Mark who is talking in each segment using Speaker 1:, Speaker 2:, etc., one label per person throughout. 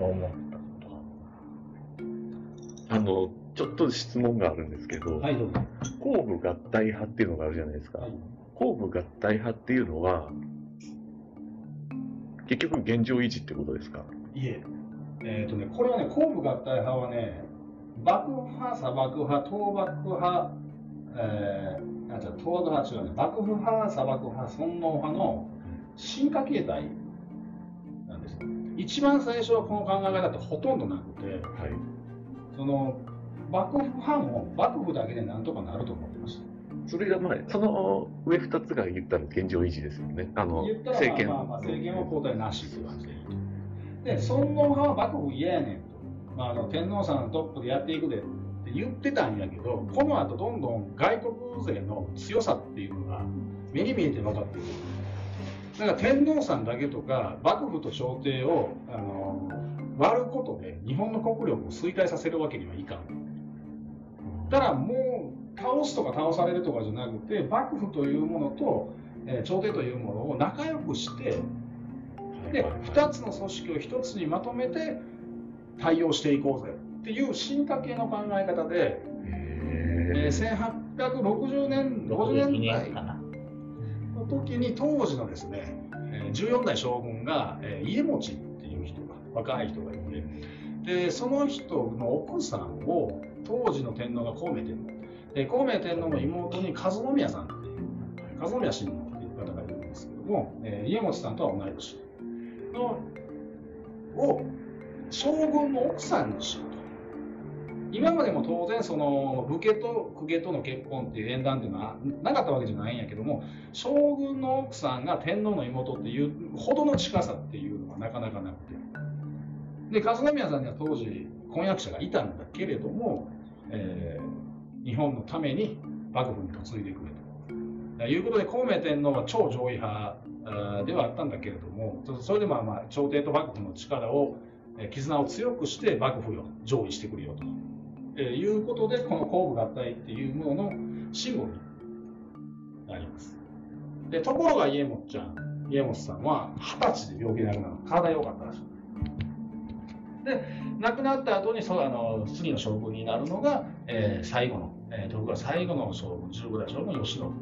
Speaker 1: 思ったことは。
Speaker 2: ちょっと質問があるんですけど、
Speaker 1: はい、どうぞ。
Speaker 2: 公部合体派っていうのがあるじゃないですか。はい、公部合体派っていうのは、結局現状維持ってことですか？
Speaker 1: いえ。これはね、公部合体派はね、幕府派、左幕派、東幕派、東幕派は違うね、幕府派、左幕派、尊王派の進化形態なんです。一番最初はこの考え方ってほとんどなくて、はい、その幕府派も幕府だけでなんとかなると思ってました。
Speaker 2: それがその上2つが言ったら現状維持ですよね。
Speaker 1: 言ったら政権は交代なしという感じでいいと。で、尊王派は幕府嫌やねんと、天皇さんのトップでやっていくでって言ってたんやけど、この後どんどん外国勢の強さっていうのが目に見えて分かっていく。だから天皇さんだけとか幕府と朝廷を割ることで日本の国力を衰退させるわけにはいかん。だからもう倒すとか倒されるとかじゃなくて、幕府というものと、朝廷というものを仲良くして、で2つの組織を1つにまとめて対応していこうぜっていう進化系の考え方で、1860年50年代の時に当時のですね、14代将軍が家持っていう人が若い人がいて、でその人の奥さんを当時の天皇が孔明天皇で、孔明天皇の妹に和宮さんっていう和宮親王っていう方がいるんですけども、家持さんとは同い年のを将軍の奥さんにしようと。今までも当然その武家と公家との結婚っていう縁談っていうのはなかったわけじゃないんやけども、将軍の奥さんが天皇の妹っていうほどの近さっていうのはなかなかなくて、で和宮さんには当時婚約者がいたんだけれども、日本のために幕府に嫁いでくれということで、孔明天皇は超上位派ではあったんだけれども、それで朝廷と幕府の力を絆を強くして幕府を上位してくれよということで、この公部合体っていうもののシンボルになります。でところが家持さんは20歳で病気で亡くなる。体良かったらしい。で亡くなった後に次の将軍になるのが、最後の、徳川最後の将軍、15代将軍慶喜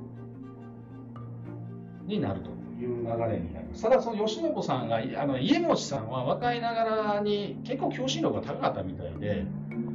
Speaker 1: になるという流れになります。ただその慶喜さんが家持さんは若いながらに結構求心力が高かったみたいで、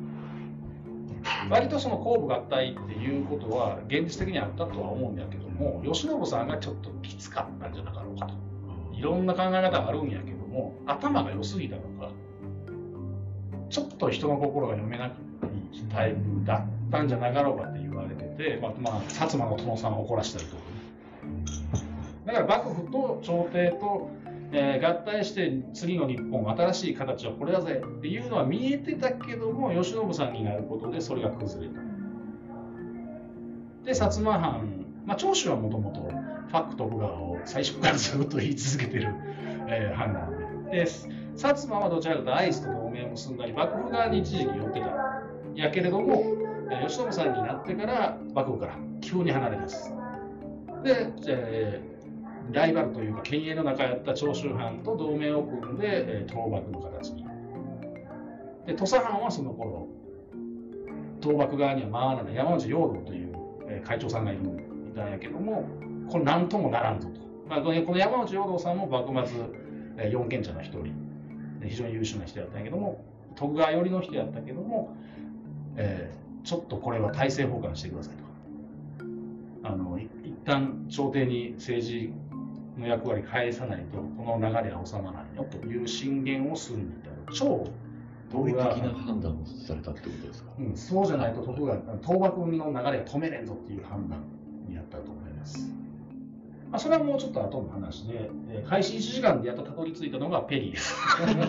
Speaker 1: 割とその公部合体っていうことは現実的にあったとは思うんだけども、慶喜さんがちょっときつかったんじゃなかろうかと。いろんな考え方があるんやけども、頭が良すぎたのか、ちょっと人の心が読めないタイプだったんじゃなかろうかって言われてて、薩摩の殿さんを怒らしたりとか、だから幕府と朝廷と、合体して次の日本新しい形はこれだぜっていうのは見えてたけども、慶喜さんになることでそれが崩れた。で薩摩藩、長州はもともとフ徳川を最初からずっと言い続けてる、藩なんで、薩摩はどちらかというと会津と同盟を結んだり幕府側に一時期寄ってたやけれども、慶喜さんになってから幕府から急に離れます。で、ライバルというか犬猿の仲やった長州藩と同盟を組んで、討幕の形に。で土佐藩はその頃討幕側には回らない山内容堂という、会長さんがいたんやけども、これ何ともならんぞと。この山内容堂さんも幕末四賢者の一人、非常に優秀な人やったんやけども、徳川寄りの人やったけども、ちょっとこれは大政奉還してくださいと。一旦朝廷に政治の役割返さないとこの流れは収まらないよという進言をするに至る超
Speaker 2: 合理的な判断をされたってことですか？
Speaker 1: そうじゃないと徳川討幕の流れが止めれんぞっていう判断になったと思います。それはもうちょっと後の話で、開始1時間でやっとたどり着いたのがペリーです。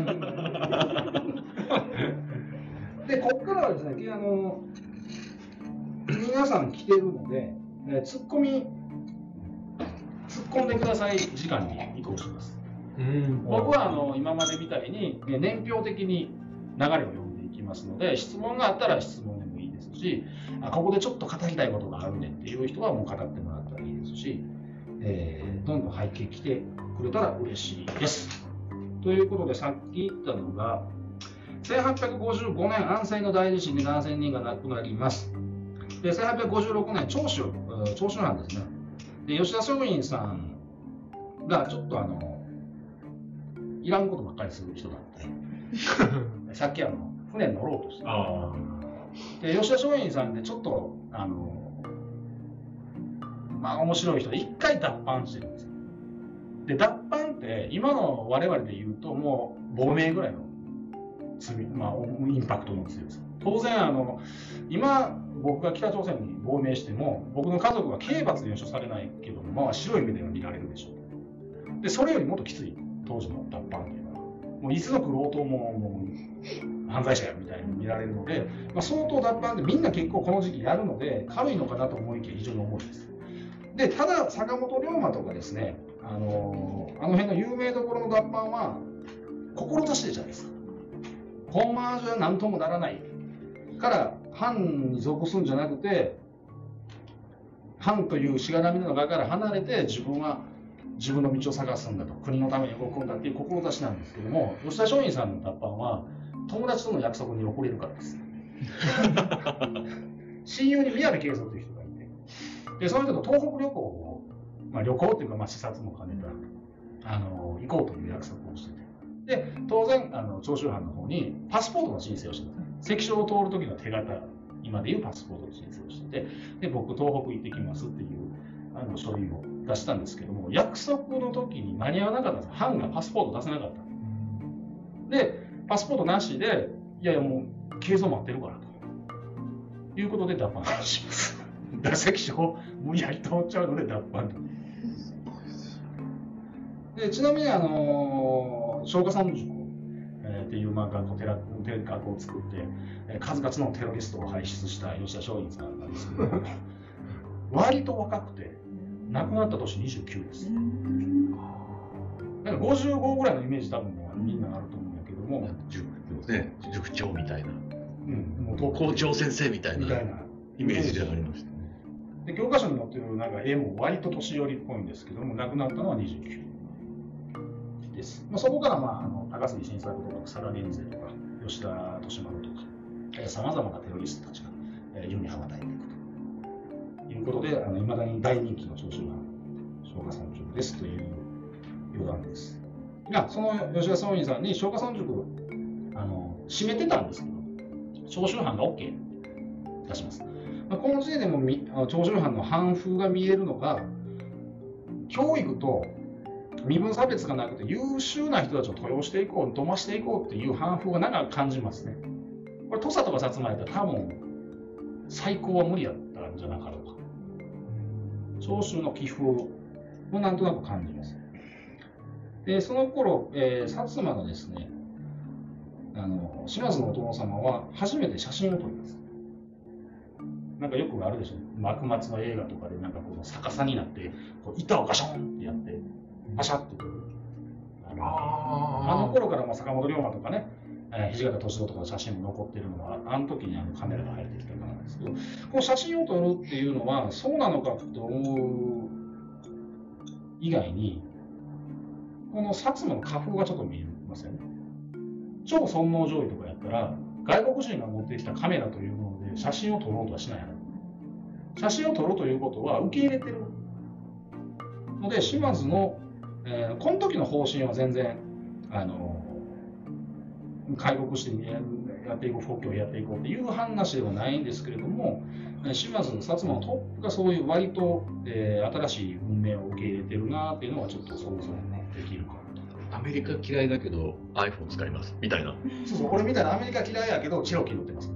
Speaker 1: でここからはですね、皆さん来てるので、突っ込んでください時間に移行します。僕は今までみたいに年表的に流れを読んでいきますので、質問があったら質問でもいいですし、ここでちょっと語りたいことがあるねっていう人はもう語ってもらったらいいですし、どんどん背景来てくれたら嬉しいです。ということで、さっき言ったのが、 1855年安政の大地震で7000人が亡くなります。で1856年長州藩ですね。で吉田松陰さんがちょっといらんことばっかりする人だったさっき船に乗ろうとしてで吉田松陰さんでちょっと面白い人で一回脱藩してるんですよ。で脱藩って今の我々で言うともう亡命ぐらいの罪、インパクトの強さ。当然今僕が北朝鮮に亡命しても僕の家族は刑罰で処されないけども、白い目では見られるでしょう。でそれよりもっときつい当時の脱藩っていうのはもういつの苦労ともう犯罪者やみたいに見られるので、相当脱藩ってみんな結構この時期やるので軽いのかなと思いきや非常に重いです。でただ坂本龍馬とかですねあの辺の有名どころの脱藩は志じゃないですか。コンマージュは何ともならないから藩に属するんじゃなくて藩というしがらみの中から離れて自分は自分の道を探すんだと国のために動くんだっていう志なんですけども、吉田松陰さんの脱藩は友達との約束に遅れるからです親友に宮部慶三という人がいてでその人と東北旅行を、旅行っていうか視察も兼ねた行こうという約束をしててで当然長州藩の方にパスポートの申請をしてた関所を通る時の手形今でいうパスポートの申請をしててで僕東北行ってきますっていう書類を出したんですけども約束の時に間に合わなかったんです。藩がパスポート出せなかったでパスポートなしでいやもう継続待ってるからということで脱藩します関所を無理やり通っちゃうので脱藩でちなみに松下村塾っていう学校を作って数々のテロリストを輩出した吉田松陰さんなんですけど割と若くて亡くなった年29です。なんか55ぐらいのイメージ多分みんなあると思うんだけども、
Speaker 2: 塾長みたいな、
Speaker 1: もう
Speaker 2: 校長先生みたいなイメージでありましたね。
Speaker 1: で教科書に載ってるなんか絵も割と年寄りっぽいんですけども亡くなったのは29です。そこから高杉晋作とか草田源税とか吉田利丸とかさまざまなテロリストたちが世に羽ばたいていくということでいまだに大人気の長州藩松下村塾ですという余談です。その吉田松陰さんに松下村塾閉めてたんですけど長州藩が OK 出します。この時点でも長州藩の藩風が見えるのが教育と身分差別がなくて優秀な人たちを登用していこう飛ばしていこうっていう藩風がなんか感じますね。これ土佐とか薩摩やったら多分最高は無理やったんじゃなかろうか。長州の気風をなんとなく感じます。でその頃、薩摩のですね島津のお殿様は初めて写真を撮ります。なんかよくあるでしょ幕末の映画とかでなんかこの逆さになってこう板をガションってやってパシャッと撮る頃から坂本龍馬とかね土方歳三とかの写真も残ってるのはあの時にカメラが入ってきたからなんですけどこの写真を撮るっていうのはそうなのかと思う以外にこの薩摩の家風がちょっと見えますよね。超尊王攘夷とかやったら外国人が持ってきたカメラというもので写真を撮ろうとはしない。写真を撮るということは受け入れてるので島津の、この時の方針は全然開国してやっていこう復興をやっていこうっていう話ではないんですけれども島津薩摩のトップがそういう割と、新しい文明を受け入れてるなっていうのはちょっと想像できるかなと。
Speaker 2: アメリカ嫌いだけど iPhone 使いますみたいな。
Speaker 1: そうこれみたいなアメリカ嫌いやけどチロキー乗ってます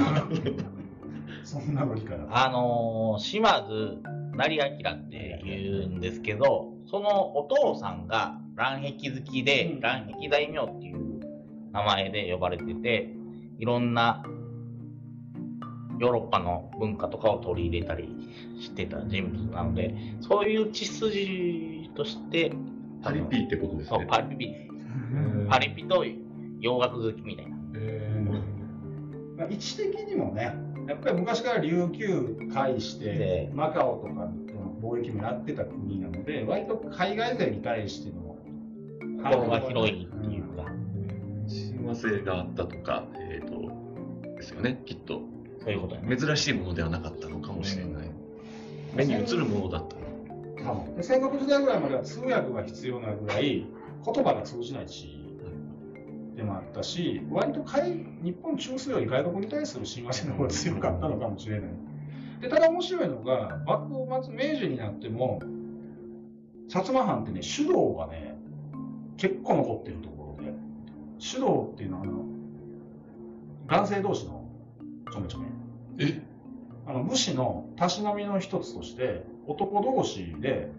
Speaker 1: そんなの理から
Speaker 3: 島津成明って言うんですけどそのお父さんが蘭壁好きで、蘭壁大名っていう名前で呼ばれてていろんなヨーロッパの文化とかを取り入れたりしてた人物なのでそういう血筋として
Speaker 2: パリピってことですね。
Speaker 3: そうパリピパリピと洋楽好きみたいな、
Speaker 1: 位置的にもねやっぱり昔から琉球介してマカオとかの貿易もやってた国なので割と海外勢に対しての
Speaker 3: 幅が広いっていうか
Speaker 2: 島和性があったとか、ですよね、きっと。
Speaker 3: そういうことやね。
Speaker 2: 珍しいものではなかったのかもしれない。目に映るものだった。
Speaker 1: で戦国時代ぐらいまでは通訳が必要なぐらい言葉が通じない地でもあったし、割と日本中枢より外国に対する親和性の方が強かったのかもしれない。でただ面白いのが、幕末明治になっても薩摩藩ってね、手動がね結構残ってるところで、手動っていうのは男性同士のちょめちょめ、武士のたしなみの一つとして男同士で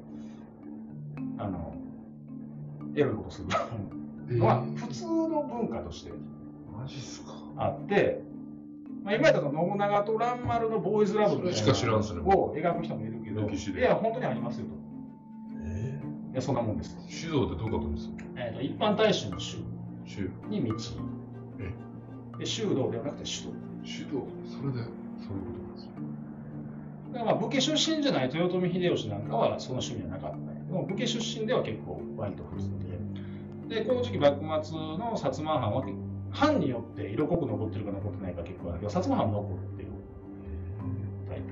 Speaker 1: エロいことするのは普通の文化としてあって、まあ、今やったら信長と蘭丸のボーイズラブみたいなのを描く人もいるけど、いや本当にありますよと。いやそんなもんです。
Speaker 4: 手動ってどう書くんですか？
Speaker 1: 一般大衆の衆に道で、修道ではなくて手動。
Speaker 4: 手動、それでそういうことなんですね。
Speaker 1: だからまあ武家出身じゃない豊臣秀吉なんかはその趣味はなかったんだけど、武家出身では結構割と普通で、この時期幕末の薩摩藩は藩によって色濃く残ってるか残ってないか結構あるけど、薩摩藩残ってるタイプ。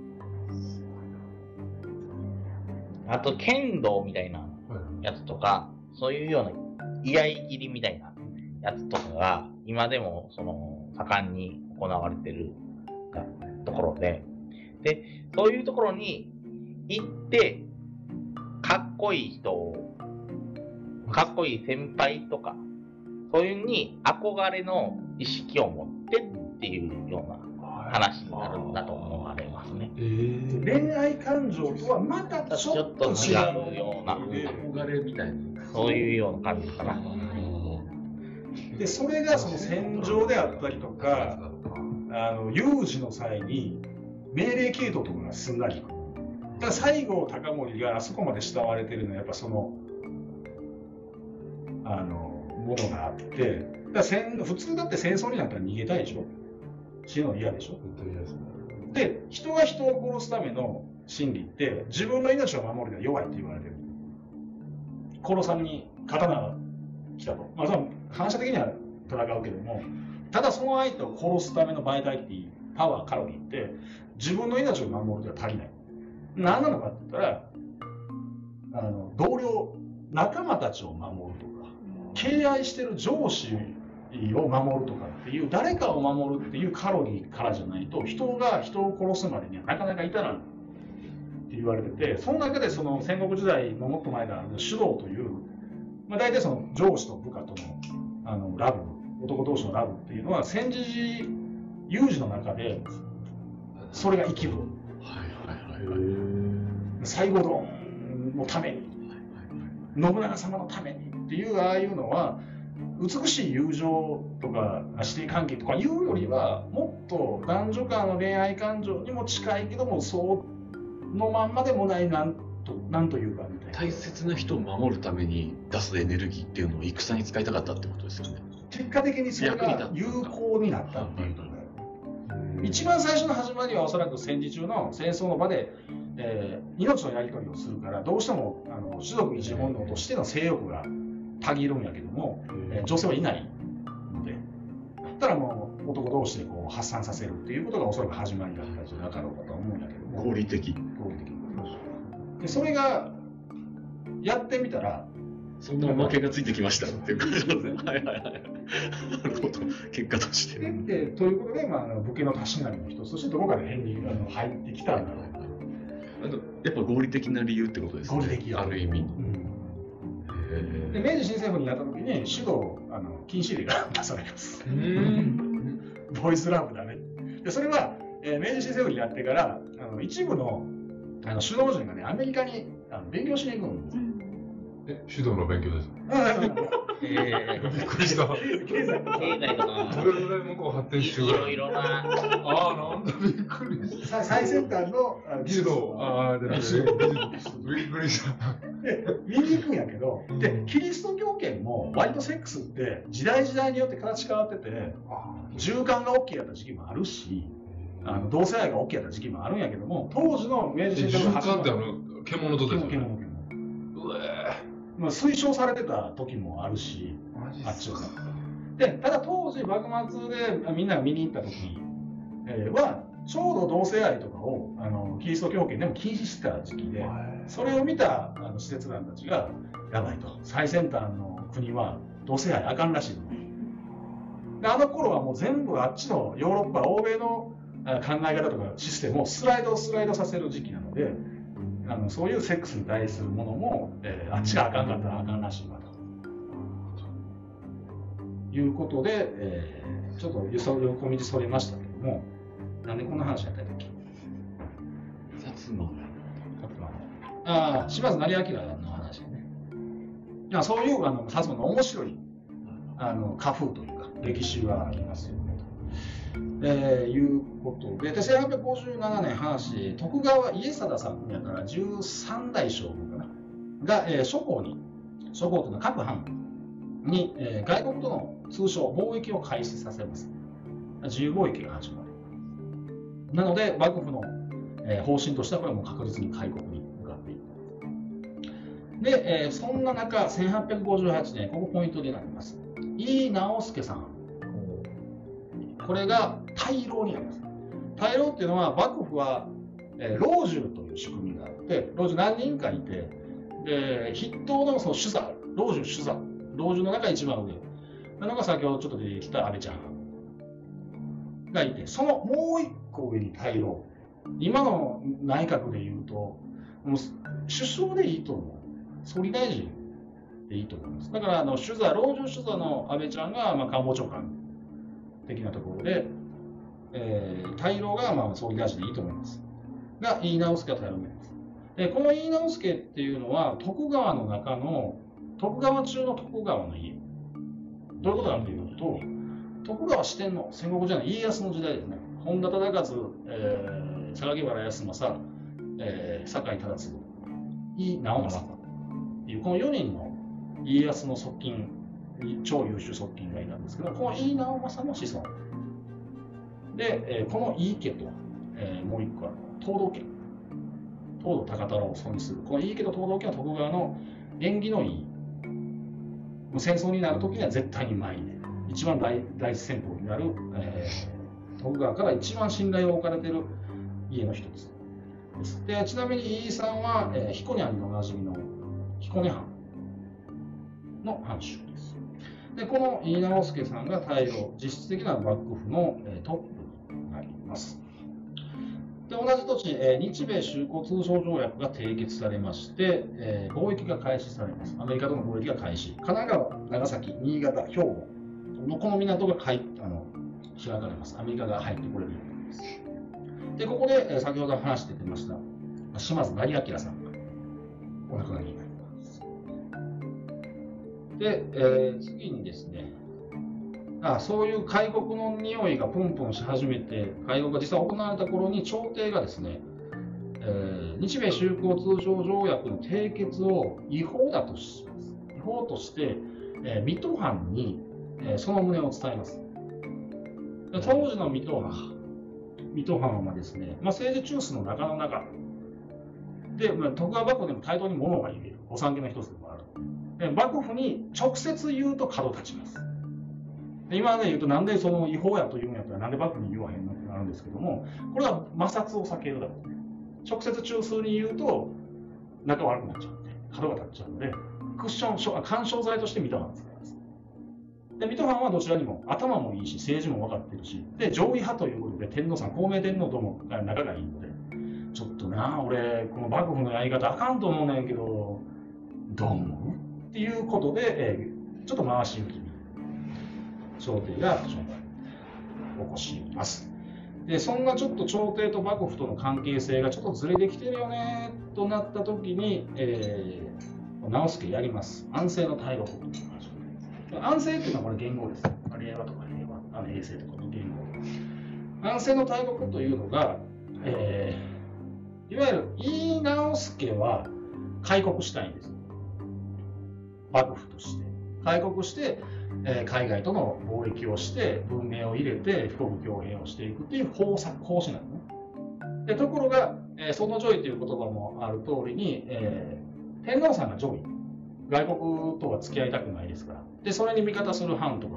Speaker 3: あと剣道みたいなやつとか、そういうような居合切りみたいなやつとかが今でも盛んに行われてるところで、そういうところに行ってかっこいい人を、かっこいい先輩とかそういうに憧れの意識を持ってっていうような話になるんだと思われますね。
Speaker 1: 恋愛感情とはまたちょっと違
Speaker 3: うような
Speaker 2: 憧れみたいな、
Speaker 3: そういうような感じかな。
Speaker 1: でそれがその戦場であったりとか有事の際に命令系統とかがすんなり、だから西郷隆盛があそこまで慕われてるのはやっぱそのものがあって、だから普通だって戦争になったら逃げたいでしょ、死ぬの嫌でしょ。で人が人を殺すための心理って自分の命を守るには弱いって言われてる。殺さんに刀が来たと、まあ、その反射的には戦うけども、ただその相手を殺すためのバイタリティ、パワー、カロリーって自分の命を守るでは足りない。何なのかって言ったら同僚、仲間たちを守るとか、敬愛してる上司を守るとかっていう、誰かを守るっていうカロリーからじゃないと人が人を殺すまでにはなかなか至らんって言われてて、その中でその戦国時代のもっと前から手動という、まあ、大体その上司と部下とのラブ、男同士のラブっていうのは戦時有事の中でそれが生きる。西郷どんのために、信長様のためにっていうああいうのは美しい友情とか師弟関係とかいうよりはもっと男女間の恋愛感情にも近いけどもそのまんまでもないなんというかみたいな。
Speaker 2: 大切な人を守るために出すエネルギーっていうのを戦に使いたかったってことですよね。
Speaker 1: 結果的にそれが有効になったっていうところ。一番最初の始まりはおそらく戦時中の戦争の場で、命のやり取りをするからどうしても種族一本能としての性欲がたぎるんやけども、女性はいないので、だったらもう男同士でこう発散させるっていうことがおそらく始まりだったんじゃなかろうかと思うんやけども、
Speaker 2: 合理的
Speaker 1: でそれがやってみたら
Speaker 2: そんなおまけがついてきましたっていう感じですね。はいはいはい。なるほど。結果として。
Speaker 1: ということで、武家のたしなみの一つとしてどこかで変に入ってきたんだろう。
Speaker 2: やっぱ合理的な理由ってことですね。
Speaker 1: 合理的
Speaker 2: ある意味。
Speaker 1: で明治新政府になった時に手動禁止令が出されます。ボーイズラブだね。でそれは、明治新政府になってから一部の首脳陣がねアメリカに勉強しに行くんです。
Speaker 4: 手動の勉強です。びっくりした。
Speaker 1: 経済とか。
Speaker 3: どれぐらい
Speaker 4: 向こう発展してる。
Speaker 3: いろいろな。
Speaker 4: なんだびっくりした。
Speaker 1: 最先端の
Speaker 4: 手動。びっくりした。
Speaker 1: 見に行くんやけど、でキリスト教圏も割とセックスって時代時代によって形変わってて、循環が OK やった時期もあるし、同性愛が OK やった時期もあるんやけども、当時の明治新政府
Speaker 4: 循環って獣とですよね。
Speaker 1: 推奨されてた時もあるし、あっちはでただ当時幕末でみんなが見に行った時はちょうど同性愛とかをキリスト教圏でも禁止してた時期で、それを見た使節団たちがやばいと、最先端の国は同性愛あかんらしいと。であの頃はもう全部あっちのヨーロッパ欧米の考え方とかシステムをスライドさせる時期なので、そういうセックスに対するものも、あっちがあかんかったらあかんらしいわということで、ちょっと横道それましたけども、なんでこんな話やったんだっけ。
Speaker 2: 薩摩
Speaker 1: 島津斉彬の話ね。そういう薩摩の面白い家風というか歴史がありますよねと、いうことで、1857年話、徳川家定さんやから13代将軍かなが、諸侯というのは各藩に、外国との通商貿易を開始させます。自由貿易が始まる。なので幕府の、方針としてはこれはもう確実に開国に向かっていく。で、そんな中1858年、ここポイントになります。井伊直弼さん、これが大老になります。大老っていうのは幕府は、老中という仕組みがあって、老中何人かいて、で筆頭のその主座、老中主座、老中の中一番上なのが先ほどちょっと出てきた安倍ちゃんがいて、そのもう一個上に大老。今の内閣でいうと、もう首相でいいと思う。総理大臣でいいと思います。だから老中主座の安倍ちゃんが官房長官的なところで、大老が総理大臣でいいと思います。が、井伊直弼が大老になります。で、この井伊直弼っていうのは、徳川の中の、徳川中の徳川の家。どういうことかというと、徳川四天王、戦国時代の家康の時代ですね。本田忠勝、榊原康政、酒井忠次、井伊直政っていう、この4人の家康の側近、超優秀側近がいたんですけど、この井伊直政の子孫で、この井伊家と、もう一個は東堂家、東堂高太郎を尊するこの井伊家と東堂家は徳川の縁起のいい、戦争になるときには絶対に前に出る、一番第一戦法になる、徳川から一番信頼を置かれている家の一つです。で、ちなみに井伊さんは、彦根藩でおなじみの彦根藩の藩主です。で、この井伊直弼さんが大老、実質的な幕府の、トップになります。で、同じ土地、日米修好通商条約が締結されまして、貿易が開始されます。アメリカとの貿易が開始。神奈川、長崎、新潟、兵庫のこの港が開かれます。アメリカが入ってこれるようになります。で、ここで、先ほど話して出ました島津斉彬さんがお亡くなりになります。で、次にですね、そういう開国の匂いがプンプンし始めて、開国が実際行われた頃に朝廷がですね、日米修好通商条約の締結を違法だとします。違法として、水戸藩に、その旨を伝えます。当時の水戸藩はですね、政治中枢の中の中で、徳川幕府でも対等に物が言える御三家の一つでもある。幕府に直接言うと角立ちます。今で言うと、なんでその違法やと言うんやったら、なんで幕府に言わへんのってなるんですけども、これは摩擦を避けるだろうね。直接中枢に言うと、仲悪くなっちゃうので、角が立っちゃうので、クッション、干渉剤として水戸藩を使います。で、水戸藩はどちらにも頭もいいし、政治も分かってるし、で、上位派ということで、天皇さん、孔明天皇とも仲がいいので、ちょっとな、俺、この幕府のやり方あかんと思うねんけど、どう思うっていうことで、ちょっと回し行きに、朝廷が起こします。で、そんなちょっと朝廷と幕府との関係性がちょっとずれてきてるよねとなった時に、直弼やります。安政の大国という話。安政っていうのはこれ言語です。令和とか平和、平成とかの言語。安政の大国というのが、いわゆる井伊直弼は開国したいんです。幕府として。開国して、海外との貿易をして文明を入れて富国強兵をしていくっていう方針なのね。でところが、その上位という言葉もある通りに、天皇さんが上位、外国とは付き合いたくないですから、でそれに味方する藩とか、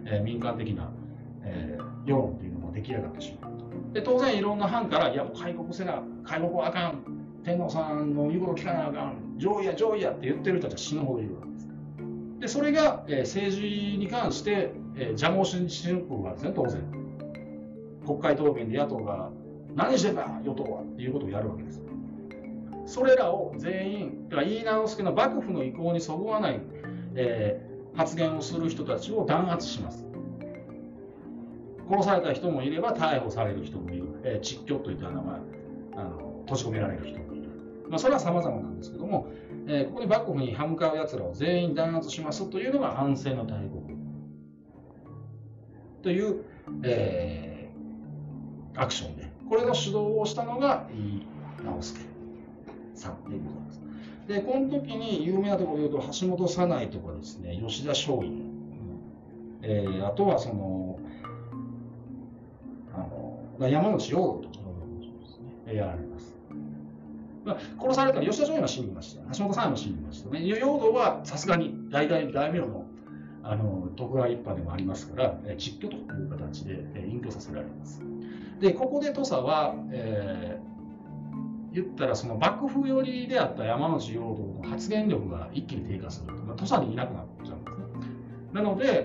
Speaker 1: 民間的な、世論っていうのも出来上がってしまうと。で当然いろんな藩から「いやもう開国せな、開国はあかん、天皇さんの言うこと聞かなあかん、上位や上位や」って言ってる人たちは死ぬほどいるわけです。でそれが、政治に関して、邪魔をしにくるわけですね。当然国会答弁で野党が「何してんだ与党は」っていうことをやるわけです。それらを全員だから井伊直弼の幕府の意向にそぐわない、発言をする人たちを弾圧します。殺された人もいれば逮捕される人もいる、蟄居といった名前閉じ込められる人もいる、それは様々なんですけども、ここに幕府に歯向かうやつらを全員弾圧しますというのが安政の大国という、アクションで、これの主導をしたのが井伊直弼さんでございます。でこの時に有名なところでいうと橋本早苗とかですね、吉田松陰、あとはその山口陽動とかやられます。殺されたのは吉田松陰は死にました。橋本さんも死にましたね。陽動はさすがに大名の徳川一派でもありますから蟄居という形で隠居させられます。でここで土佐は、言ったらその幕府寄りであった山口陽動の発言力が一気に低下すると、土佐にいなくなっちゃうんですね。なので、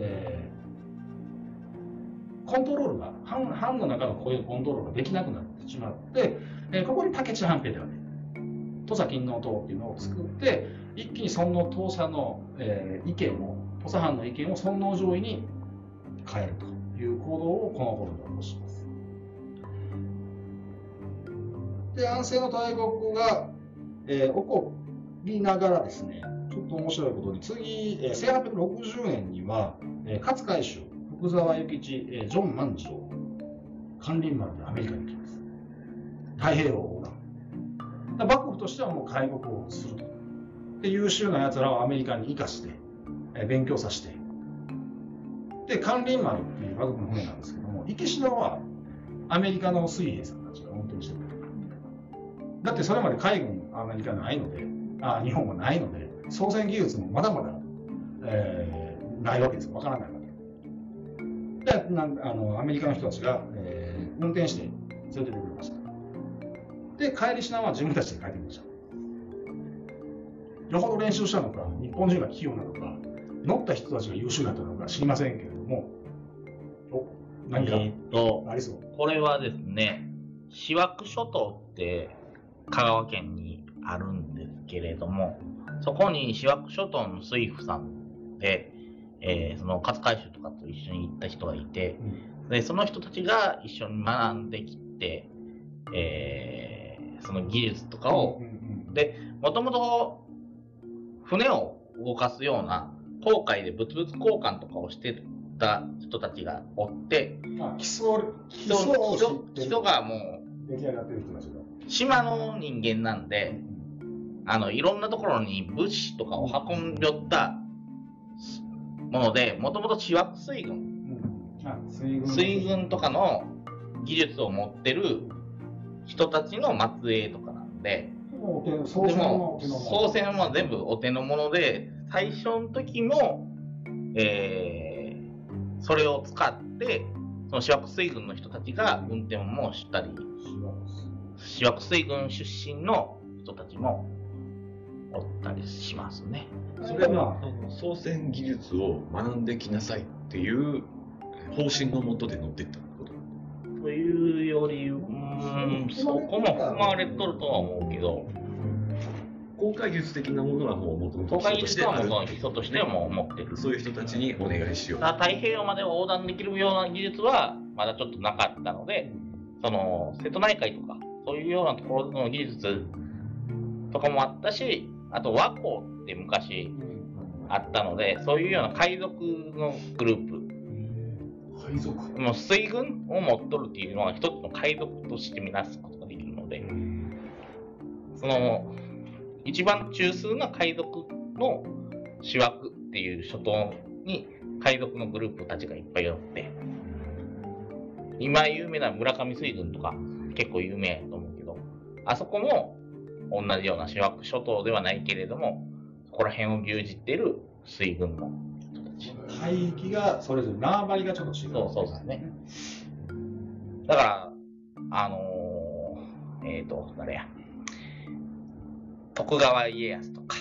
Speaker 1: コントロールが藩の中のこういうコントロールができなくなってしまって、ここに武市半平ではね土佐勤王党っていうのを作って一気に尊王討伐の、意見を土佐藩の意見を尊王攘夷に変えるという行動をこの頃に起こします。で安政の大国が、起こりながらですね、ちょっと面白いことに次、1860年には、勝海舟、福沢諭吉、ジョン万次郎、咸臨丸でアメリカに行きます。太平洋横断。幕府としてはもう開国をすると。で優秀なやつらをアメリカに生かして、勉強させて。で咸臨丸っていう幕府の船なんですけども、行きしなはアメリカの水兵さんたちが運転してくれる。だってそれまで海軍アメリカないので、日本はないので、操船技術もまだまだ、ないわけです。わからないわけで、アメリカの人たちが、運転して連れてってくれました。で帰りしなは自分たちで帰ってきました。よほど練習したのか、日本人が器用なのか、乗った人たちが優秀だったのか知りませんけれども、何かありそう。
Speaker 3: これはですね、塩飽諸島って香川県にあるんですけれども、そこに塩飽諸島の水夫さんで、その勝海舟とかと一緒に行った人がいて、でその人たちが一緒に学んできて、その技術とかを、でもともと船を動かすような航海で物々交換とかをしてた人たちがおって、
Speaker 1: 基礎
Speaker 3: がもう
Speaker 1: 出来上がってる人たちが
Speaker 3: 島の人間なんで、いろんなところに物資とかを運んでおったもので、もともと塩飽水軍とかの技術を持ってる人たちの末裔とかなんで、でも操船は全部お手の物で、最初の時も、それを使ってその塩飽水軍の人たちが運転もしたり、塩飽水軍出身の人たちもおったりしますね。
Speaker 2: それは操船技術を学んできなさいっていう方針のもとで乗っていったこと
Speaker 3: というより、そこも含まれとるとは思うけど、
Speaker 2: 航海技術的なものはもう元々
Speaker 3: 航海技術はもう基礎としてはもう持ってる。
Speaker 2: そういう人たちにお願いしよう。
Speaker 3: 太平洋まで横断できるような技術はまだちょっとなかったので、その瀬戸内海とかそういうようなところの技術とかもあったし、あと和光って昔あったので、そういうような海賊のグループ、
Speaker 1: 海賊
Speaker 3: もう水軍を持っとるっていうのは一つの海賊としてみなすことができるので、その一番中枢な海賊の塩飽っていう諸島に海賊のグループたちがいっぱいおって、今有名な村上水軍とか結構有名やと思うけど、あそこも同じような塩飽諸島ではないけれども、そこら辺を牛耳っている水軍の人たち。
Speaker 1: 海域がそれぞれ縄張りがちょっと違う。
Speaker 3: そうですね。だから誰や、徳川家康とか、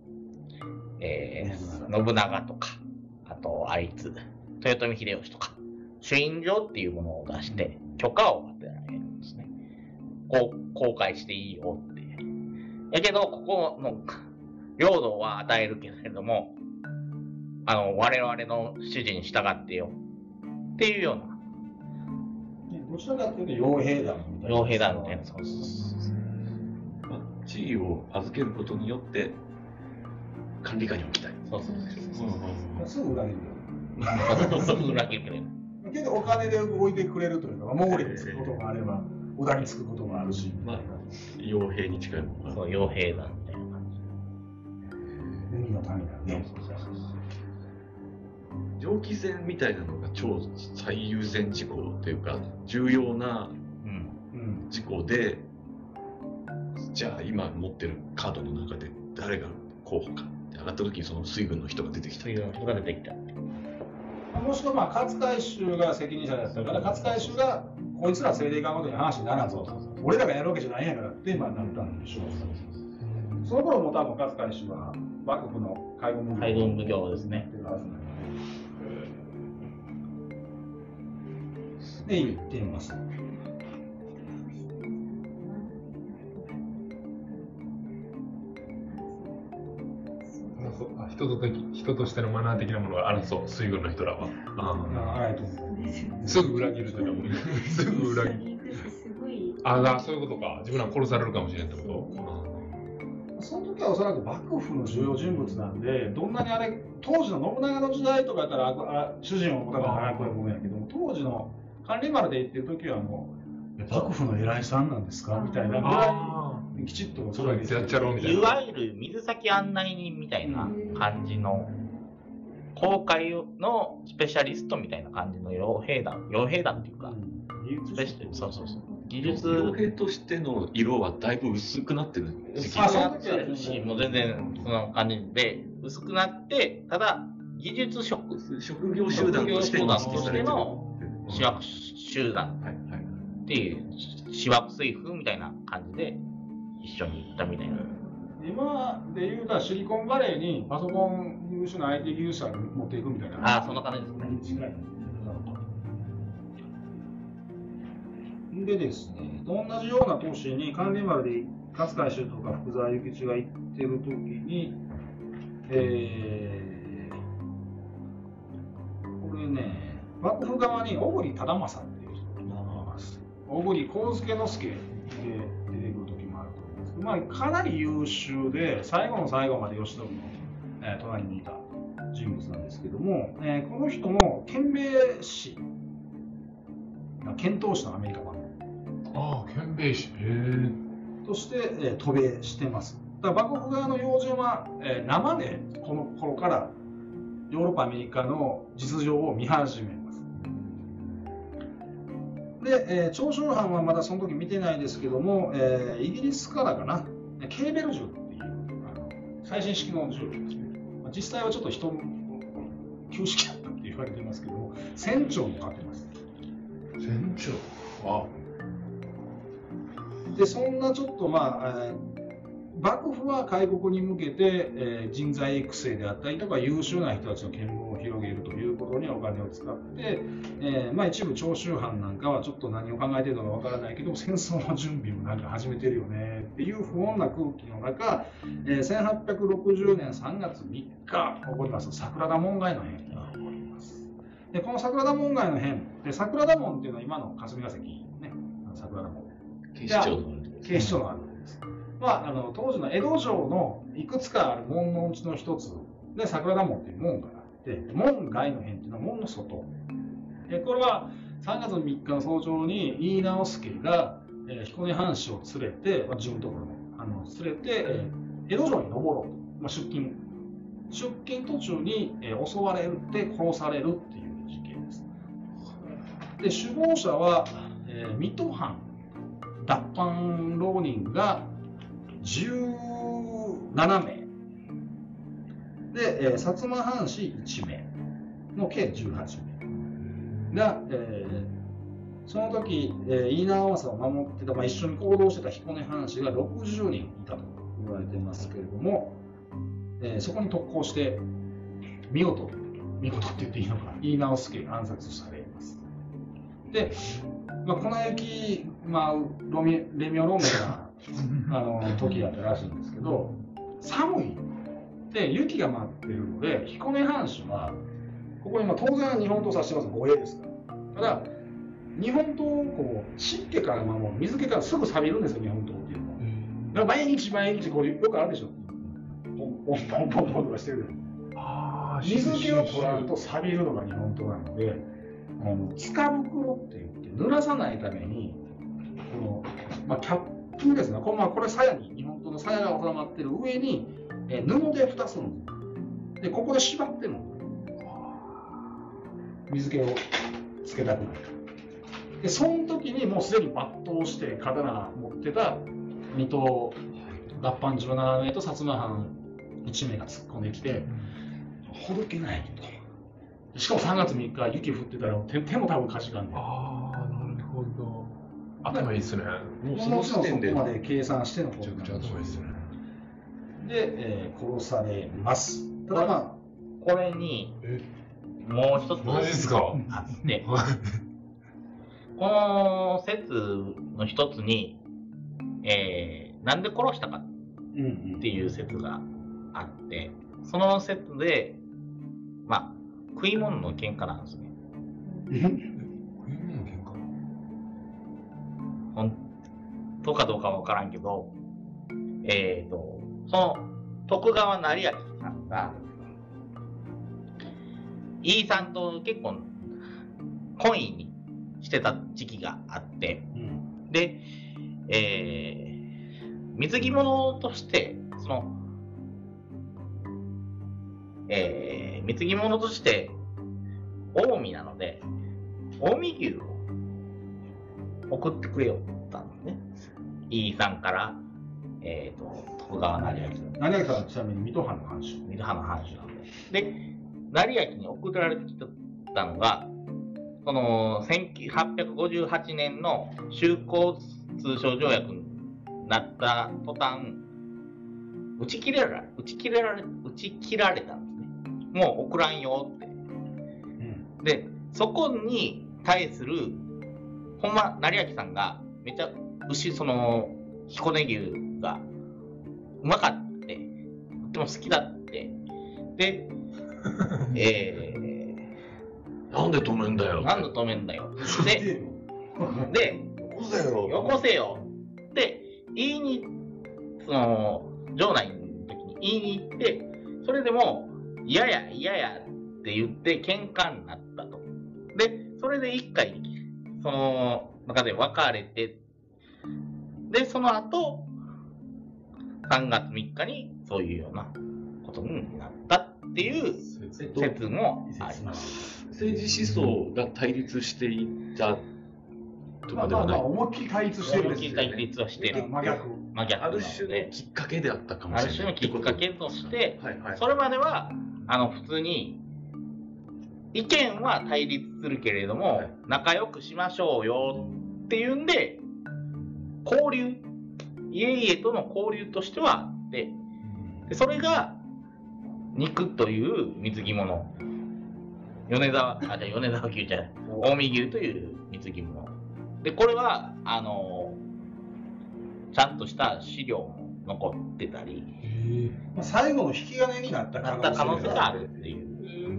Speaker 3: 信長とか、あとあいつ豊臣秀吉とか朱印状っていうものを出して許可を与えられるんですね。公開していいよって。やけどここの領土は与えるけれども、我々の指示に従ってよっていうような。
Speaker 1: どちらかというと傭兵団みたいな。
Speaker 3: 傭兵団みたいな。そう
Speaker 2: 地位を預けることによって管理下に置きたい。
Speaker 1: すぐ裏切る
Speaker 3: そう。すぐ裏切るけど。
Speaker 1: けどお金で動いてくれるというか、毛利につくこともあれば、織田につくこともあるし、
Speaker 2: 傭兵に近いものが。
Speaker 3: そう、傭兵団みたいな感じ。
Speaker 1: 海の民だね。
Speaker 2: 蒸気船みたいなのが超最優先事項というか重要な事項で、じゃあ今持ってるカードの中で誰が候補かって上がった時にその水軍の人が出てきた。
Speaker 1: もしくは勝海舟が責任者だったから、勝海舟がこいつら連れていかんことに話にならんぞと、俺らがやるわけじゃないんやからってなったんでしょう。その頃も多分勝海舟は幕府の海軍奉行
Speaker 3: ですね。
Speaker 1: で言ってみます。
Speaker 4: 人としてのマナー的なものがあるそう、水軍の人らは。すぐ裏切るというか、すぐ裏切る。そういうことか。自分ら殺されるかもしれんってこと。
Speaker 1: その時はおそらく幕府の重要人物なんで、どんなにあれ、当時の信長の時代とかやったら、主人を持たな長くやるものやけども、当時の管理丸で言ってる時はもう、幕府の偉いさんなんですかみたいなぐらい、きちっとそれだけ
Speaker 4: やっちゃろうみたいな。
Speaker 3: いわゆる水先案内人みたいな感じの、航海のスペシャリストみたいな感じの傭兵団っていうか、そう。技術
Speaker 2: 傭兵としての色はだいぶ薄くなってる時期
Speaker 3: し、もう全然その感じで薄くなって、ただ技術職
Speaker 2: 業集団として
Speaker 3: の私枠集団っていう私枠水風みたいな感じで一緒に行ったみたいな。
Speaker 1: 今で言うとシリコンバレーにパソコン優秀な IT 技術者に持っていくみたいな。
Speaker 3: そんな感じですね。
Speaker 1: 近い。でですね、同じような都市に管理丸で勝海舟とか福沢諭吉が行ってる時に、これね、幕府側に小栗忠正っていう人がいます。小栗幸助之助で出てくる時もあると思いますけど、かなり優秀で、最後の最後まで慶喜の、隣にいた人物なんですけども、この人も遣米使、遣唐使のアメリカ版
Speaker 4: 遣米使
Speaker 1: として、渡米してます。だから幕府側の要人は、生でこの頃からヨーロッパ、アメリカの実情を見始めます。で、長州藩はまだその時見てないですけども、イギリスからかな、ケーベル銃っていう最新式の銃ですね。実際はちょっと旧式だったって言われてますけども、船長もかけます。
Speaker 4: 船長
Speaker 1: で、そんなちょっと幕府は開国に向けて、人材育成であったりとか優秀な人たちの見聞を広げるということにお金を使って、一部長州藩なんかはちょっと何を考えているのかわからないけど戦争の準備をなんか始めてるよねっていう不穏な空気の中、1860年3月3日起こります桜田門外の変が起こります。でこの桜田門外の変で、桜田門っていうのは今の霞が関ね、桜田門
Speaker 2: 警視庁のあるんです。
Speaker 1: 当時の江戸城のいくつかある門のうちの一つで桜田門っていう門があって、門外の変っていうのは門の外。これは3月3日の早朝に井伊直弼が、彦根藩士を連れて、自分のところの連れて、江戸城に登ろうと、出勤途中に、襲われて殺されるっていう事件です。で首謀者は、水戸藩脱藩浪人が17名で、薩摩藩士1名
Speaker 5: の計18名が、その時、飯縄政を守ってた、一緒に行動してた彦根藩士が60人いたと言われてますけれども、そこに特攻して見事って言っていいのか、飯縄助暗殺されます。で、粉雪、レミオロメな時だったらしいんですけど、寒いで雪が舞ってるので、彦根藩士はここ今当然日本刀を指してます護衛ですから。ただ日本刀をこう湿気から守る、水気からすぐ錆びるんですよ、日本刀っていうのは。だから毎日こうよくあるでしょ。ポンポンとかしてる。水気を取らんと錆びるのが日本刀なので、塚袋って言って濡らさないためにこの、キャップですね。これ鞘に日本刀の鞘が収まってる上に布で蓋するんです。でここで縛ってるの。水気をつけたくない。でその時にもうすでに抜刀して刀持ってた水戸脱藩17名と薩摩藩1名が突っ込んできて、ほどけないと。しかも3月3日雪降ってたら手も多分かじかんで。
Speaker 4: なるほど。頭いいっすね。
Speaker 5: もうその時点でそこまで計算しての
Speaker 4: めちゃくちゃ頭いいっすね。
Speaker 5: で、殺されます。ただ
Speaker 3: これにもう一つ
Speaker 4: マジですか
Speaker 3: あってこの説の一つに、なんで殺したかっていう説があって、その説で食い物の喧嘩なんですね。
Speaker 4: 食い物の喧嘩？
Speaker 3: 本当かどうかわからんけど、その徳川成明さんが飯さんと結構懇意にしてた時期があって、で、貢ぎ物として貢ぎ物として近江なので近江牛を送ってくれよったんですね。飯さんから徳川成明さん。
Speaker 5: 成明さんはちなみに水戸藩の藩主。
Speaker 3: 水戸藩の藩主なんで。で、成明に送られてきたのが、その1858年の修好通商条約になった途端、打ち切られたんですね。もう送らんよって。で、そこに対する、ほんま、成明さんがめっちゃ彦根牛がうまかって、とっても好きだって。で、
Speaker 2: なんで止めんだよ。
Speaker 3: なんで止めんだよ。で、よこせよって言いに、城内の時に言いに行って、それでも、嫌やって言って喧嘩になったと。で、それで一回、その中で別れて、で、その後、3月3日にそういうようなことになったっていう説もあります。
Speaker 2: 政治思想が対立していたとかではない。
Speaker 5: 思いっきり対立してるんですよね。
Speaker 3: 思いっきり対立はしてる。真逆
Speaker 2: ある種のきっかけであったかもしれない。
Speaker 3: ある種のきっかけとして、それまでは普通に意見は対立するけれども、仲良くしましょうよっていうんで、交流、家々との交流としてはあって、でそれが肉という貢ぎ物、米沢牛じゃない、近江牛という貢ぎ物で、これはちゃんとした資料も残ってたり、
Speaker 5: 最後の引き金になった可能性
Speaker 3: があるっていう。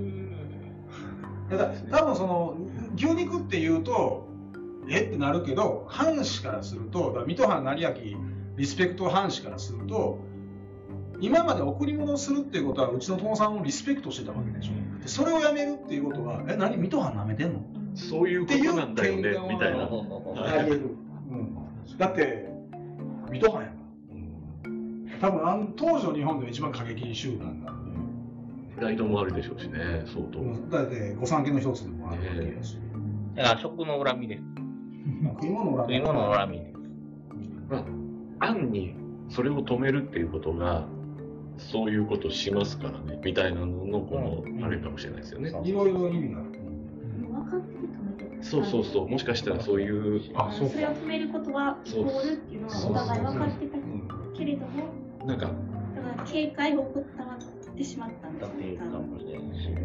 Speaker 5: 多分その牛肉っていうとってなるけど、藩士からすると、水戸藩成明リスペクト藩士からすると、今まで贈り物をするっていうことはうちの殿さんをリスペクトしてたわけでしょ。でそれをやめるっていうことは、何水戸藩なめてんの？
Speaker 2: そういうことなんだよねみたいな。
Speaker 5: あり得る。だって水戸藩やから。多分当時の日本では一番過激集団なんで。
Speaker 2: プライドもあるでしょうしね、相当。
Speaker 5: だって御三家の一つでもあるわけだし。
Speaker 3: だから食の恨みです。
Speaker 5: 食い物の
Speaker 3: 恨みです。
Speaker 2: 暗にそれを止めるっていうことがそういうことしますからねみたいなののこのあれかもしれないですよね。
Speaker 5: いろいろ意味がある。
Speaker 6: 分かってる止めてる。
Speaker 2: そうそうそう、もしかしたらそういう、
Speaker 6: それを止めることはイコールっていうのはお互い分かってたけれども、
Speaker 2: なんか
Speaker 6: だから警戒を送ってしまったんだっていうかもしれないし。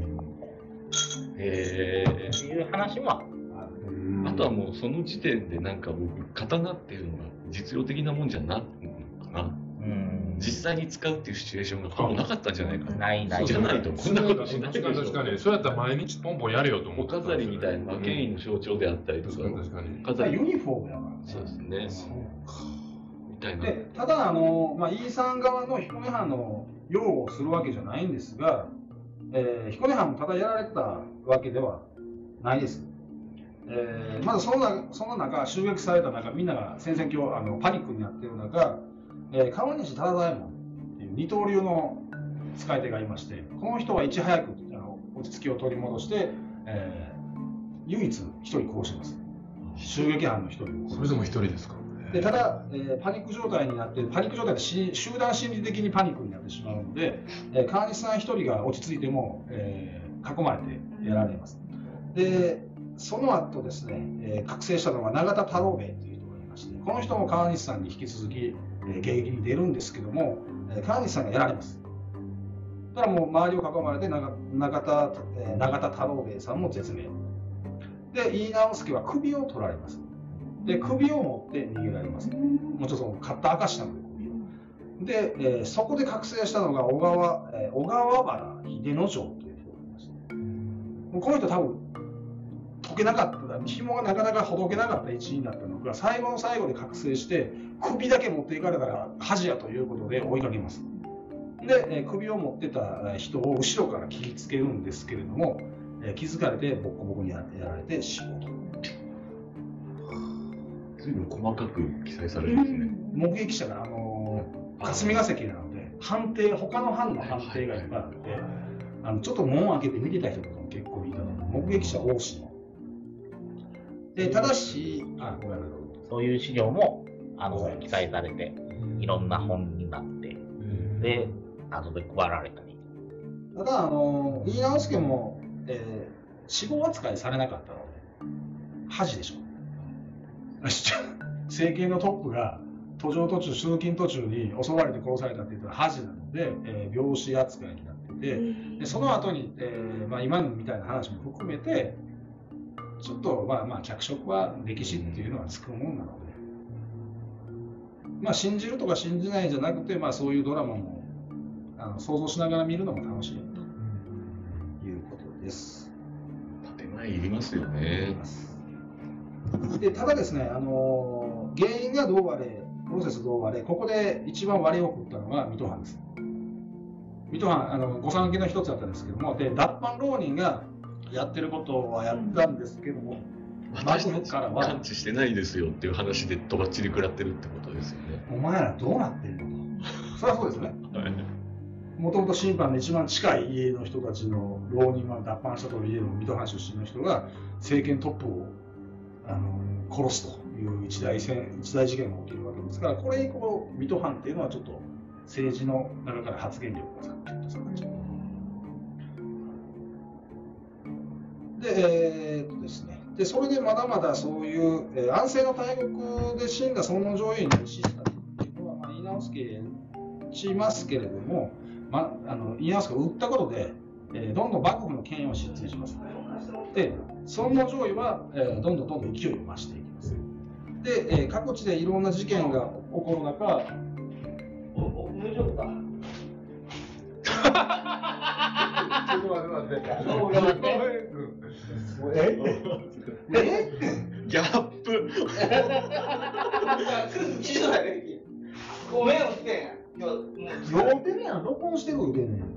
Speaker 3: っていう話も
Speaker 2: あとはもうその時点でなんか僕刀っていうのが実用的なもんじゃないのかな。実際に使うっていうシチュエーションがほぼなかったんじゃないかな。
Speaker 3: ない
Speaker 2: じゃないとこんなことしないでしょ。
Speaker 4: 確かにそうやったら毎日ポンポンやれよと思って
Speaker 2: お飾りみたいな権威の象徴であったりとか、
Speaker 5: 飾りユニフォームやからね。
Speaker 2: そうですね。みたいな。
Speaker 5: でただイさん側の彦根藩の擁護をするわけじゃないんですが、彦根藩もただやられてたわけではないです。まずその中、襲撃された中、みんなが戦々恐パニックになっている中、川西忠左衛門っていう二刀流の使い手がいまして、この人はいち早く落ち着きを取り戻して、唯一一人殺します。襲撃犯の一人を。
Speaker 4: それでも一人ですか。
Speaker 5: でただ、パニック状態になって、パニック状態で集団心理的にパニックになってしまうので、川西さん一人が落ち着いても、囲まれてやられます。でその後ですね、覚醒したのが永田太郎兵衛という人がいまして、この人も川西さんに引き続き迎撃に出るんですけども、川西さんがやられます。だからもう周りを囲まれて永田太郎兵衛さんも絶命で、井伊直弼は首を取られます。で首を持って逃げられます。もちろんその買った証したので首をで、そこで覚醒したのが小川原秀之丞という人がいまして、もうこの人多分解けなかった紐がなかなかほどけなかった一員だったのが、最後の最後で覚醒して首だけ持っていかれたら恥やということで追いかけます。で首を持ってた人を後ろから切りつけるんですけれども、気づかれてボッコボコにやられて死亡と。
Speaker 2: 随分細かく記載されるんですね。
Speaker 5: 目撃者が霞が関なので他の藩の判定がいっぱいあって、ちょっと門を開けて見てた人とかも結構いたので、目撃者多しの。でただし
Speaker 3: そういう資料も記載されて、いろんな本になって、で後で配られたり。
Speaker 5: ただ井伊直弼も、死亡扱いされなかったので恥でしょ。政権のトップが途上途中通勤途中に襲われて殺されたって言ったら恥なので、病死扱いになってて、でその後に、今みたいな話も含めてちょっと脚色は歴史っていうのはつくものなので、信じるとか信じないじゃなくて、そういうドラマも想像しながら見るのも楽しいということです。
Speaker 2: 建前いりますよね。
Speaker 5: でただですね、原因がどうあれ、プロセスどうあれ、ここで一番割れを食ったのが水戸藩です。水戸藩、御三家の一つだったんですけども、で脱藩浪人がやってることはやったんですけども、
Speaker 2: 私たち感知してないですよっていう話でとばっちり食らってるってことですよね。
Speaker 5: お前らどうなってんのと。それはそうですね。もともと審判の一番近い家の人たちの浪人は脱藩したという家の水戸藩出身の人が政権トップを殺すという一大事件が起きるわけですから、これ以降水戸藩っていうのはちょっと政治の中から発言力が下がっちゃう。ですね、でそれでまだまだそういう、安政の大国で死んだ尊王攘夷に死したっていうのは、井伊直弼しますけれども、井伊直弼を撃ったことで、どんどん幕府の権威を失墜します。で尊王攘夷は、どんどん勢いを増していきます。で、各地でいろんな事件が起こる中、大丈夫かちょっと待って。
Speaker 2: ギャップ。
Speaker 7: ごめん、起きてんや。
Speaker 5: 酔うてるやん、録音してる言うてんねん。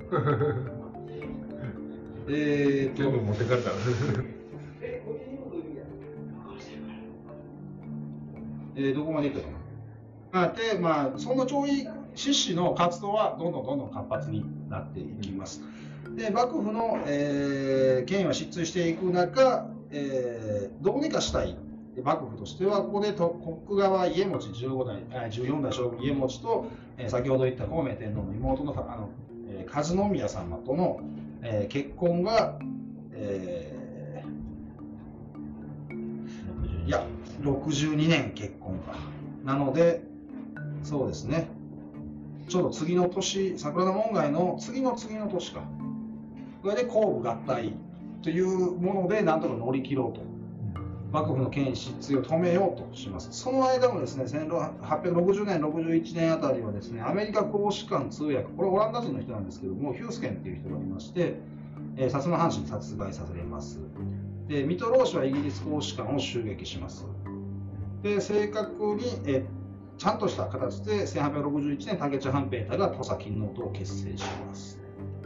Speaker 4: 全部持ってかれた。
Speaker 5: どこまでいったかな。で、その攘夷志士の活動はどんどん活発になっていきます。で、幕府の、権威は失墜していく中、どうにかしたい幕府としてはここで徳川家茂14代将軍家茂と、先ほど言った孔明天皇の妹の和宮様との、結婚が、いや62年結婚かなのでそうですねちょうど次の年桜田門外の次の年かこれで皇武合体というものでなんとか乗り切ろうと幕府の権威失墜を止めようとします。その間もですね1860年61年あたりはですねアメリカ公使館通訳これオランダ人の人なんですけどもヒュースケンっていう人がいまして、薩摩藩士に殺害されます。で水戸老氏はイギリス公使館を襲撃します。で正確に、ちゃんとした形で1861年竹内半平太が土佐勤王党を結成します。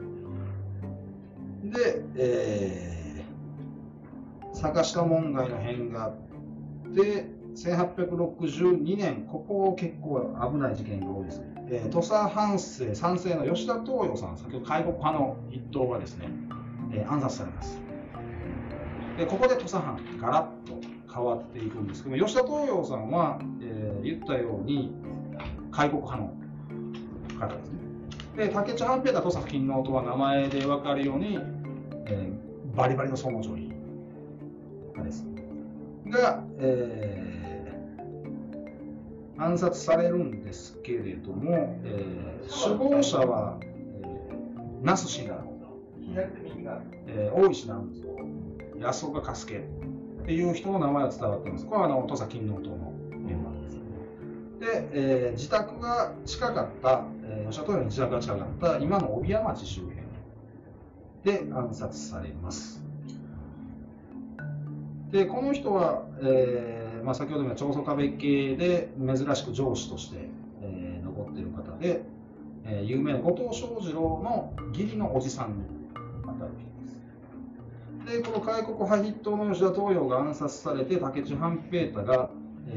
Speaker 5: で、坂下門外の変があって1862年ここ結構危ない事件が多いですね。土佐藩政賛成の吉田東洋さん先ほど開国派の一党がですね、暗殺されます。でここで土佐藩ガラッと変わっていくんですけども吉田東洋さんは、言ったように開国派の方ですね。で竹内半平太土佐勤王とは名前で分かるように、バリバリの総務上位ですが、暗殺されるんですけれども、首謀者は、那須信楽、大石南蔵、安岡嘉助っていう人の名前が伝わっています。これは土佐勤王党のメンバーです。で、自宅が近かった、吉田東洋の自宅が近かった今の帯屋町周辺で暗殺されます。でこの人は、先ほどの長宗我部系で珍しく上司として、残っている方で、有名な後藤象二郎の義理のおじさんにあたる人です。でこの開国派筆頭の吉田東洋が暗殺されて竹内半平太が、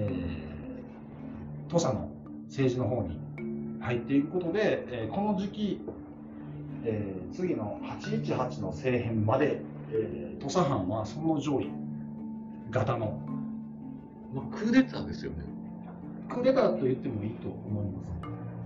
Speaker 5: 土佐の政治の方に入っていくことで、この時期、次の818の政変まで、土佐藩はその上位型の、
Speaker 2: クーデターですよね。
Speaker 5: クーデターと言ってもいいと思います。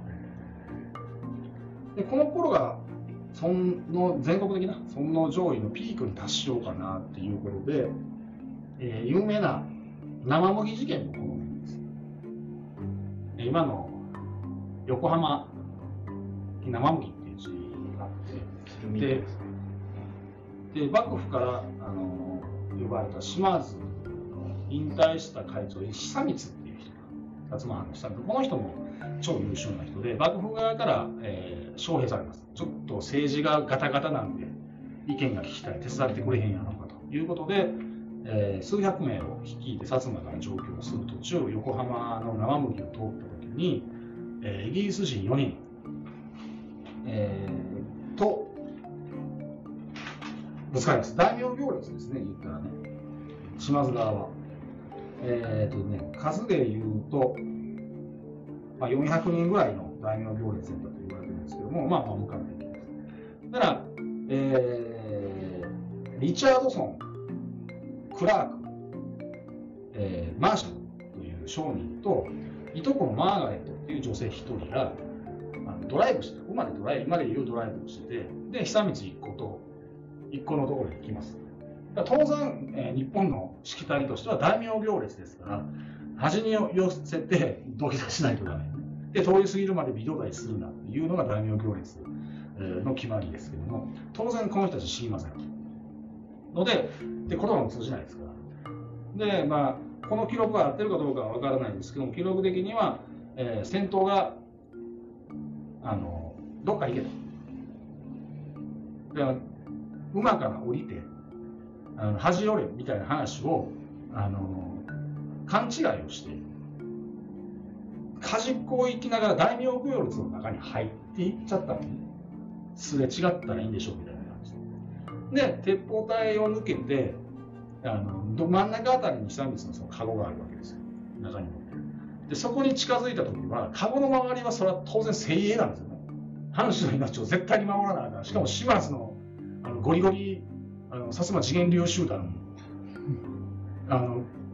Speaker 5: でこの頃がその全国的なその上位のピークに達しようかなっていうことで、有名な生麦事件のこの辺です。今の横浜生麦っていう字があってで幕府から呼ばれた島津の引退した会長久光っていう人が薩摩藩の久光この人も超優秀な人で幕府側から、招聘されます。ちょっと政治がガタガタなんで意見が聞きたい手伝ってくれへんやろうかということで、数百名を率いて薩摩から上京する途中横浜の生麦を通った時に、イギリス人4人、とぶつかります。大名行列ですね言ったらね島津側は。数で言うと、400人ぐらいの大名行列だったと言われてるんですけども、向かっていきます。だから、リチャードソン、クラーク、マーシャルという商人と、いとこのマーガレットという女性1人がドライブして、今で言うドライブをしてて、で、久光一行のところに行きます。当然、日本のしきたりとしては大名行列ですから端に寄せて土下座しないとダメで通り過ぎるまで微動だにするなっていうのが大名行列の決まりですけども当然この人たち知りませんので言葉も通じないですからで、この記録が合ってるかどうかは分からないですけども記録的には、戦闘がどっか行けとで馬から降りて恥寄れみたいな話を勘違いをして端っこを行きながら大名行列の中に入っていっちゃったのにすれ違ったらいいんでしょうみたいな感じで鉄砲隊を抜けて真ん中あたりに久光のそのカゴがあるわけですよ中に持ってるでそこに近づいた時はカゴの周りはそれは当然精鋭なんですよね藩主の命を絶対に守らなあかんしかも島津のゴリゴリ薩摩次元流集団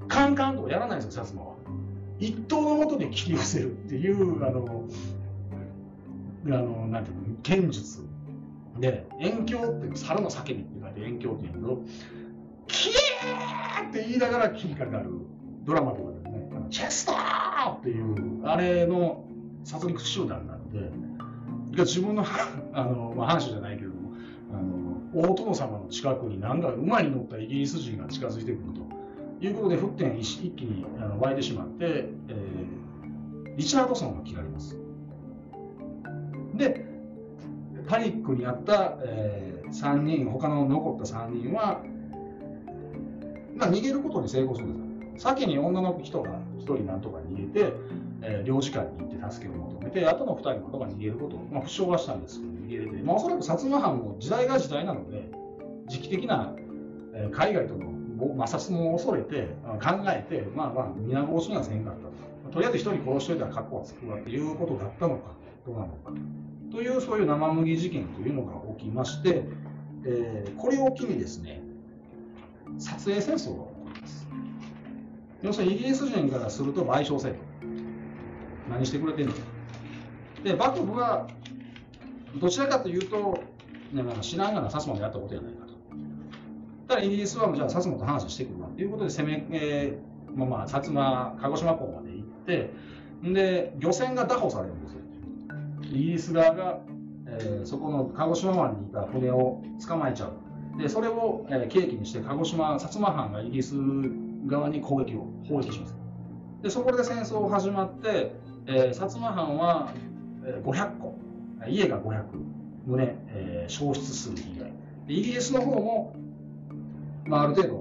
Speaker 5: カンカンとかやらないんですよ、薩摩は。一刀のもとで切り寄せるっていうなんていうの剣術で、遠鏡って猿の叫びって書いて遠鏡って言うけど、キエーって言いながら切りかかるドラマとかでね、チェスターっていうあれの殺戮集団なんで、自分の話じゃないけれども、大殿様の近くになんか馬に乗ったイギリス人が近づいてくるということで、沸点一気に湧いてしまって、リチャードソンが切られます。で、パニックにあった、3人、他の残った3人は、逃げることに成功するんですよ。先に女の人が1人なんとか逃げて、領事館に行って助けを求めて、後の2人のことが逃げることを、負傷はしたんですけど、逃げれて、おそらく薩摩藩も時代が時代なので、時期的な、海外との摩擦も恐れて、考えて、皆殺しにはせんかったと。とりあえず1人殺しといたら格好がつくわっていうことだったのか、どうなのかという、そういう生麦事件というのが起きまして、これを機にですね、撮影戦争が起こります。要するにイギリス人からすると賠償制度。何してくれてんのか。で、幕府はどちらかというと、知らんがな薩摩でやったことやないかと。ただイギリスはじゃあ薩摩と話してくるわということで薩摩、鹿児島港まで行って、で、漁船が拿捕されるんですよ。イギリス側が、そこの鹿児島湾にいた船を捕まえちゃう。で、それを、契機にして薩摩藩がイギリス側に砲撃します。で、そこで戦争始まって、薩摩藩は500戸、家が500棟、焼失する被害。イギリスの方も、ある程度、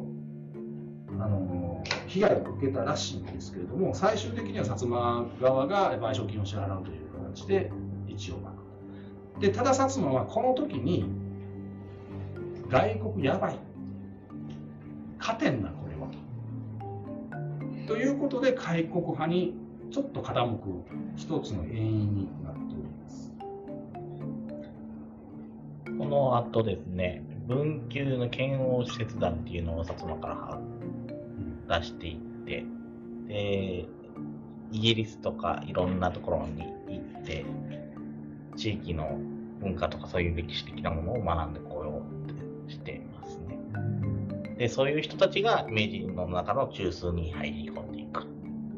Speaker 5: 被害を受けたらしいんですけれども、最終的には薩摩側が賠償金を支払うという形で一応で、ただ薩摩はこの時に外国やばい、勝てんなこれはということで開国派にちょっと傾く一つの原因になっております。
Speaker 3: この後ですね、文久の遣欧使節団っていうのを薩摩から出していって、でイギリスとかいろんなところに行って地域の文化とかそういう歴史的なものを学んでこようとしていますね。で、そういう人たちが明治の中の中枢に入り込んでいく。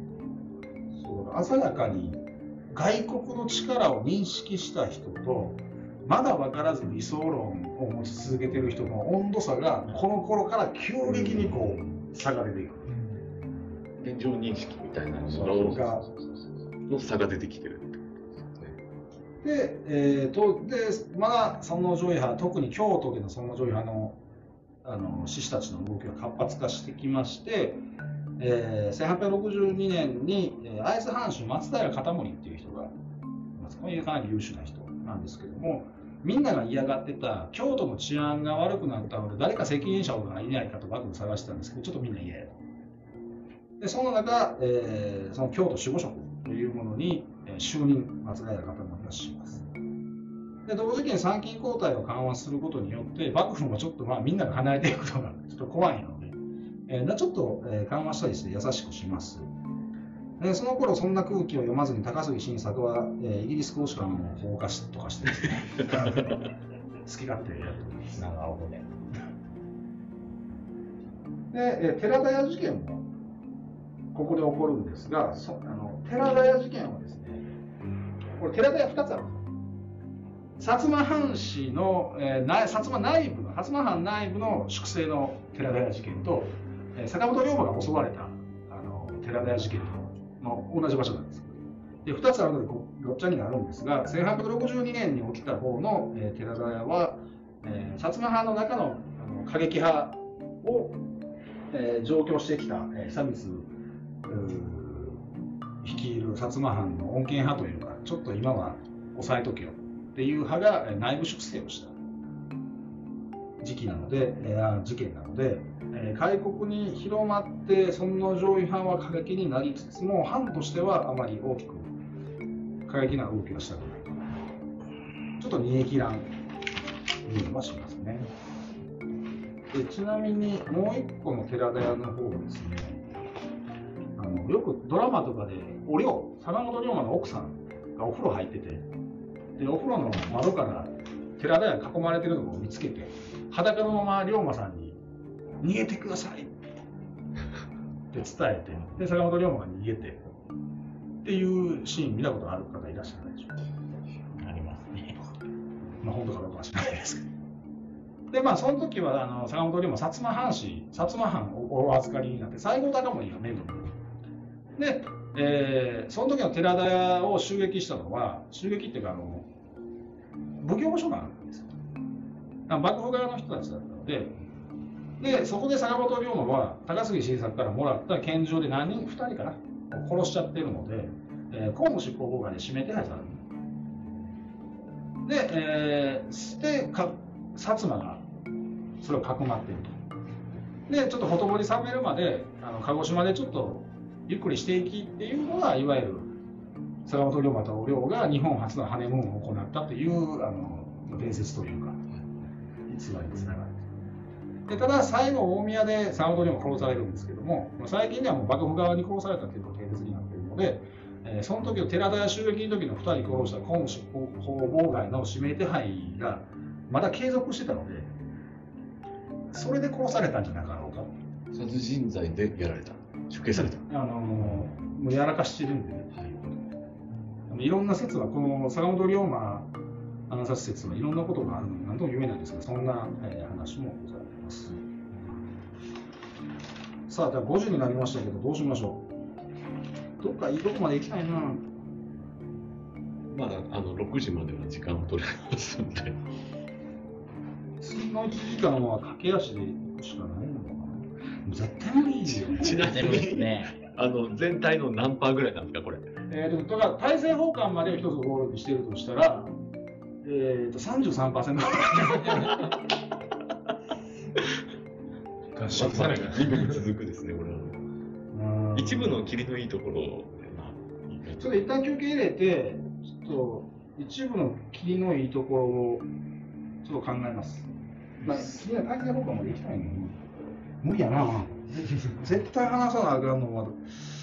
Speaker 5: 鮮やかに外国の力を認識した人とまだ分からず理想論を持ち続けている人の温度差がこの頃から急激にこう差が出ていく。
Speaker 2: 現状認識みたいなのの差が出てきてるってこと
Speaker 5: ですね。で、まだ尊王攘夷派、特に京都での尊王攘夷派の志士たちの動きが活発化してきまして、1862年に会津藩主松平片盛っていう人がいます。こういうかなり優秀な人なんですけども、みんなが嫌がってた京都の治安が悪くなったので誰か責任者がいないかと幕府探してたんですけど、ちょっとみんな嫌やと。でその中、その京都守護職というものに就任松平片盛がします。で同時期に参勤交代を緩和することによって幕府もちょっとみんなが離れていくことがちょっと怖いので、ちょっと緩和したりして優しくします。その頃そんな空気を読まずに高杉晋作は、イギリス公使館を放火とかしてですね好き勝手やっております。
Speaker 3: なるほどね。
Speaker 5: で、寺田屋事件もここで起こるんですが、寺田屋事件はですね、これ寺田屋2つある。薩摩藩士の、薩摩藩内部の粛清の寺田屋事件と、坂本龍馬が襲われた寺田屋事件の同じ場所なんです。で2つあるのでごっちゃになるんですが、1862年に起きた方の、寺田屋は、薩摩派の中の過激派を、上京してきた、久光率いる薩摩藩の穏健派というか、ちょっと今は抑えとけよっていう派が内部粛清をした時期なので、事件なので、開国に広まって尊王攘夷派は過激になりつつも、藩としてはあまり大きく過激な動きはしたくないと。ちょっと煮え切らん理由はしますね。でちなみにもう一個の寺田屋の方はですね、 よくドラマとかで坂本龍馬の奥さんがお風呂入ってて、でお風呂の窓から寺田屋囲まれてるのを見つけて、裸のまま龍馬さんに「逃げてください」って伝えて、で坂本龍馬が逃げてっていうシーン見たことある方いらっしゃるでしょうか。
Speaker 3: ありますね。
Speaker 5: まあ本当かどうかは知らないですけど。でまあその時は坂本龍馬薩摩藩をお預かりになって西郷隆盛が面倒で、その時の寺田屋を襲撃したのは、襲撃っていうか奉行所があるんですよ。幕府側の人たちだったので、そこで坂本龍馬は高杉晋作からもらった拳銃で2人かな殺しちゃってるので、公務執行妨害で指名手配される。で、薩摩がそれをかくまっていると。でちょっとほとぼり冷めるまで鹿児島でちょっとゆっくりしていきっていうのが、いわゆる坂本龍馬と龍が日本初のハネムーンを行ったという伝説というか逸話につながる。でただ最後大宮で坂本龍馬殺されるんですけども、最近ではもう幕府側に殺されたという伝説になっているので、その時の寺田屋襲撃の時の2人殺した公務執行妨害の指名手配がまだ継続してたので、それで殺されたんじゃなかろうか。
Speaker 2: 殺人罪でやられた、処刑された。
Speaker 5: もうやらかしてるんで、ね、はい、いろんな説は、この坂本龍馬暗殺説はいろんなことがあるので何とも言えないんですけど、そんな、話もございます。さあ、5時になりましたけど、どうしましょう。どっかいいとこまで行きたいな。
Speaker 2: まだ6時までは時間を取れますんで。
Speaker 5: 次の1時間は駆け足で行くしかないのかな。絶対無理ですよね。
Speaker 2: ちなみに、
Speaker 3: ね、
Speaker 2: 全体の何パーぐらいなんですか、これ。
Speaker 5: だから大政奉還までを一つゴールにしているとしたら、33%。
Speaker 4: 合宿されが
Speaker 2: 2分続くですね、これは。一部の霧のいいところを、
Speaker 5: ちょっと一旦休憩入れて、ちょっと一部の霧のいいところをちょっと考えます。まあ、次は大政奉還まで行きたいのに、無理やな。絶対話さなあかんのまだ。